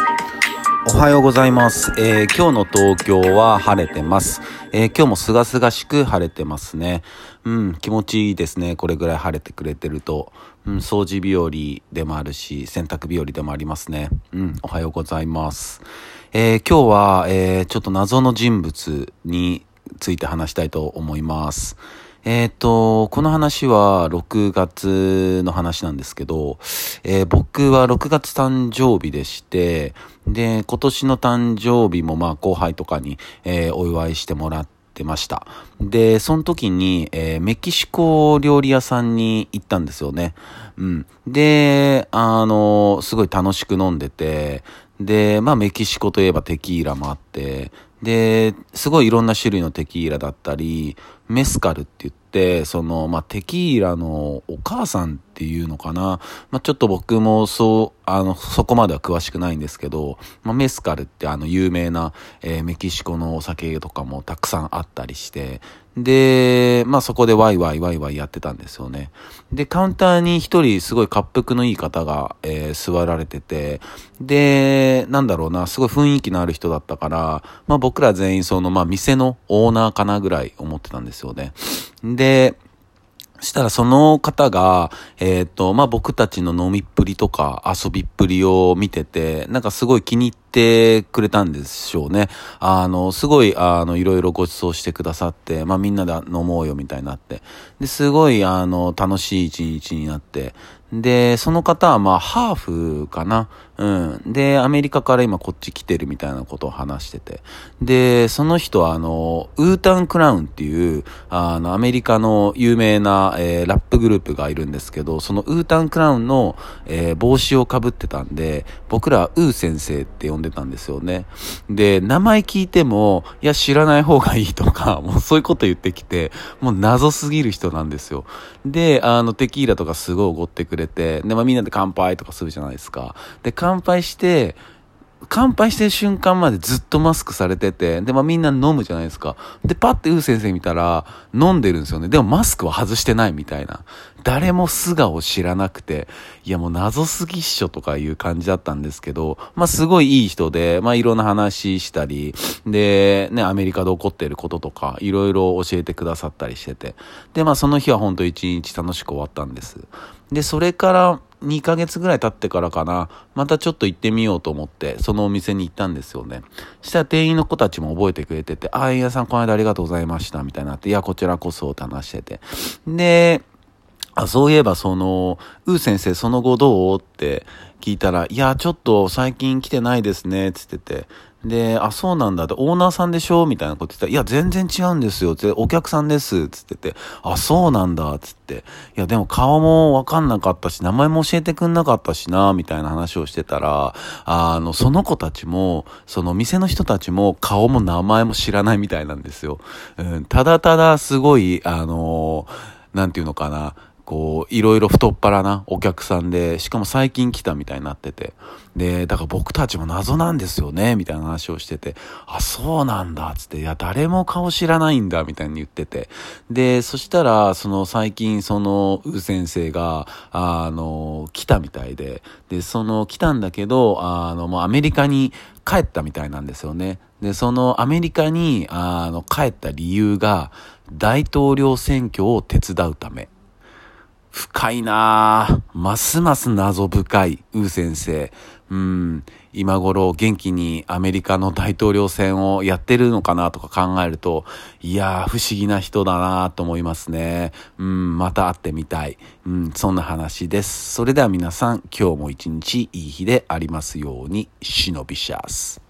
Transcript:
おはようございます。今日の東京は晴れてます。今日もすがすがしく晴れてますね。気持ちいいですね。これぐらい晴れてくれてると。掃除日和でもあるし、洗濯日和でもありますね。おはようございます。今日は、ちょっと謎の人物について話したいと思います。この話は6月の話なんですけど、僕は6月誕生日でして、で、今年の誕生日も後輩とかに、お祝いしてもらってました。で、その時に、メキシコ料理屋さんに行ったんですよね。で、すごい楽しく飲んでて、で、メキシコといえばテキーラもあって、で、すごいいろんな種類のテキーラだったり、メスカルって言って、テキーラのお母さんっていうのかな。ちょっと僕もそこまでは詳しくないんですけど、メスカルって有名な、メキシコのお酒とかもたくさんあったりして、で、そこでワイワイやってたんですよね。で、カウンターに一人すごい恰幅のいい方が、座られてて、で、すごい雰囲気のある人だったから、僕ら全員店のオーナーかなぐらい思ってたんですよね。で、したらその方が、僕たちの飲みっぷりとか遊びっぷりを見てて、すごい気に入ってくれたんでしょうね。すごい、いろいろご馳走してくださって、みんなで飲もうよみたいになって。で、すごい、楽しい一日になって。で、その方はハーフかな。で、アメリカから今こっち来てるみたいなことを話してて。で、その人はウータンクラウンっていう、アメリカの有名な、ラップグループがいるんですけど、そのウータンクラウンの、帽子をかぶってたんで、僕らはウー先生って呼んでたんですよね。で、名前聞いても、いや知らない方がいいとか、もうそういうこと言ってきて、もう謎すぎる人なんですよ。で、テキーラとかすごいおごってくれて、で、みんなで乾杯とかするじゃないですか。で、乾杯してる瞬間までずっとマスクされてて、で、みんな飲むじゃないですか。で、パッてウー先生見たら、飲んでるんですよね。でもマスクは外してないみたいな。誰も素顔知らなくて、いやもう謎すぎっしょとかいう感じだったんですけど、すごいいい人で、いろんな話したり、で、ね、アメリカで起こっていることとか、いろいろ教えてくださったりしてて。で、その日は本当一日楽しく終わったんです。で、それから2ヶ月ぐらい経ってからかな、またちょっと行ってみようと思って、そのお店に行ったんですよね。したら店員の子たちも覚えてくれてて、円谷さんこの間ありがとうございました、みたいになって、いや、こちらこそって話してて。で、そういえばウー先生その後どうって聞いたら、いや、ちょっと最近来てないですね、つってて。で、そうなんだって、オーナーさんでしょみたいなこと言ってたら、いや、全然違うんですよ、つって、お客さんです、つってて、そうなんだ、つって。いや、でも顔もわかんなかったし、名前も教えてくんなかったしな、みたいな話をしてたら、その子たちも、その店の人たちも、顔も名前も知らないみたいなんですよ。ただただすごい、なんていうのかな、いろいろ太っ腹なお客さんで、しかも最近来たみたいになってて。で、だから僕たちも謎なんですよね、みたいな話をしてて、そうなんだ、つって、いや、誰も顔知らないんだ、みたいに言ってて。で、そしたら、最近、ウー先生が、来たみたいで、で、来たんだけど、もうアメリカに帰ったみたいなんですよね。で、アメリカに、帰った理由が、大統領選挙を手伝うため。深いなぁ。ますます謎深い、ウー先生。今頃元気にアメリカの大統領選をやってるのかなとか考えると、いやー不思議な人だなと思いますね。また会ってみたい。そんな話です。それでは皆さん、今日も一日いい日でありますように、シノビシャス。